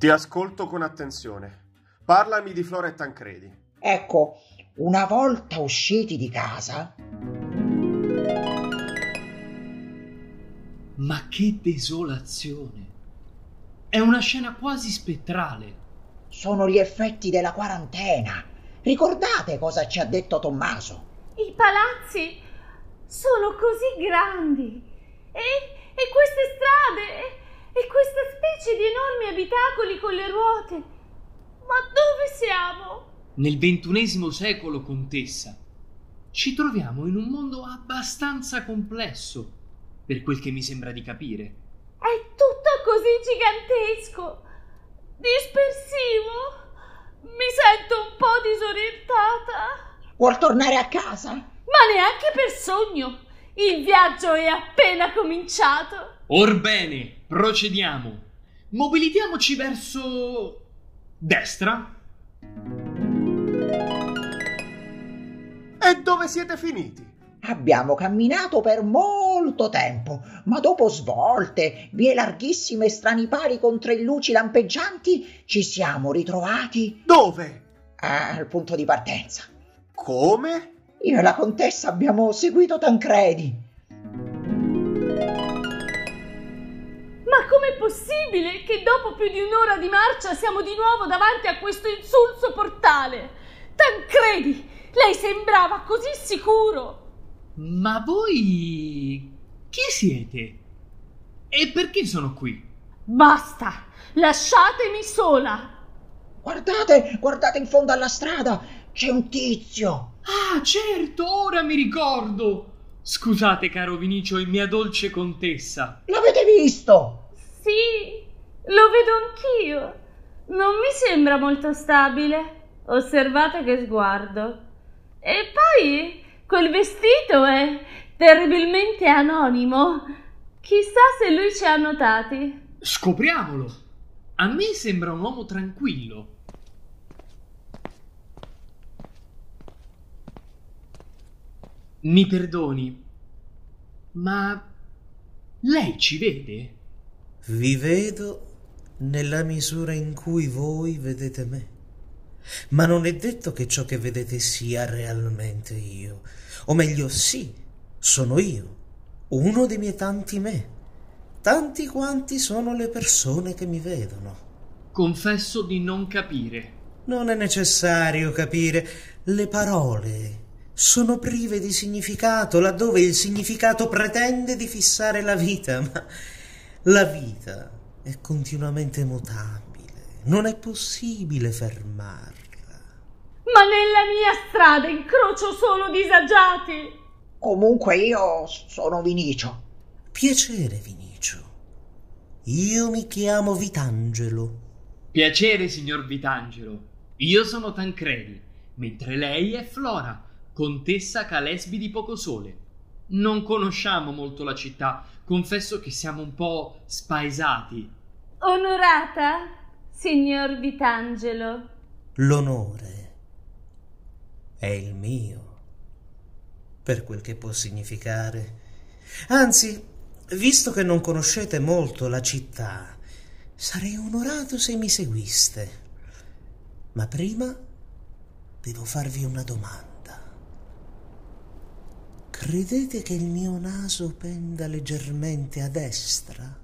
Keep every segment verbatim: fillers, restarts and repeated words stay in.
Ti ascolto con attenzione. Parlami di Flora e Tancredi. Ecco, una volta usciti di casa... Ma che desolazione! È una scena quasi spettrale. Sono gli effetti della quarantena. Ricordate cosa ci ha detto Tommaso? I palazzi sono così grandi e, e queste strade e questa specie di enormi abitacoli con le ruote. Ma dove siamo? Nel ventunesimo secolo, contessa. Ci troviamo in un mondo abbastanza complesso, per quel che mi sembra di capire. È tutto così gigantesco, dispersivo. Mi sento un po' disorientata. Vuol tornare a casa? Ma neanche per sogno. Il viaggio è appena cominciato. Orbene, procediamo. Mobilitiamoci verso... destra. E dove siete finiti? Abbiamo camminato per molto tempo, ma dopo svolte, vie larghissime e strani pali con tre luci lampeggianti, ci siamo ritrovati... Dove? Al punto di partenza. Come? Io e la contessa abbiamo seguito Tancredi. Ma com'è possibile che dopo più di un'ora di marcia siamo di nuovo davanti a questo insulso portale? Tancredi, lei sembrava così sicuro. Ma voi... chi siete? E perché sono qui? Basta, lasciatemi sola. Guardate, guardate in fondo alla strada, c'è un tizio. Ah, certo, ora mi ricordo. Scusate, caro Vinicio e mia dolce contessa. L'avete visto? Sì, lo vedo anch'io. Non mi sembra molto stabile. Osservate che sguardo. E poi quel vestito è terribilmente anonimo. Chissà se lui ci ha notati. Scopriamolo. A me sembra un uomo tranquillo. Mi perdoni, ma lei ci vede? Vi vedo nella misura in cui voi vedete me. Ma non è detto che ciò che vedete sia realmente io. O meglio, sì, sono io, uno dei miei tanti me, tanti quanti sono le persone che mi vedono. Confesso di non capire. Non è necessario capire. Le parole sono prive di significato, laddove il significato pretende di fissare la vita, ma la vita è continuamente mutabile, non è possibile fermarla. Ma nella mia strada incrocio solo disagiati. Comunque io sono Vinicio. Piacere, Vinicio. Io mi chiamo Vitangelo. Piacere, signor Vitangelo. Io sono Tancredi, mentre lei è Flora, contessa Calesbi di Pocosole. Non conosciamo molto la città, confesso che siamo un po' spaesati. Onorata, signor Vitangelo. L'onore è il mio, per quel che può significare. Anzi, visto che non conoscete molto la città, sarei onorato se mi seguiste. Ma prima devo farvi una domanda. Credete che il mio naso penda leggermente a destra?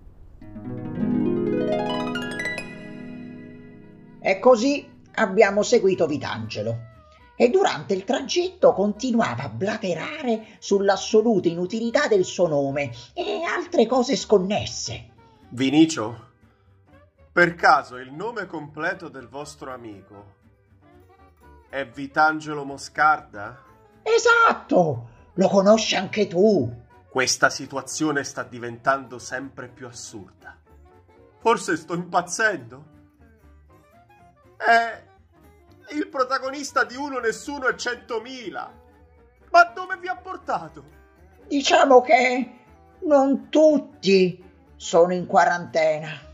E così abbiamo seguito Vitangelo. E durante il tragitto continuava a blaterare sull'assoluta inutilità del suo nome e altre cose sconnesse. Vinicio, per caso il nome completo del vostro amico è Vitangelo Moscarda? Esatto! Lo conosci anche tu! Questa situazione sta diventando sempre più assurda. Forse sto impazzendo? È il protagonista di Uno, Nessuno e Centomila. Ma dove vi ha portato? Diciamo che non tutti sono in quarantena.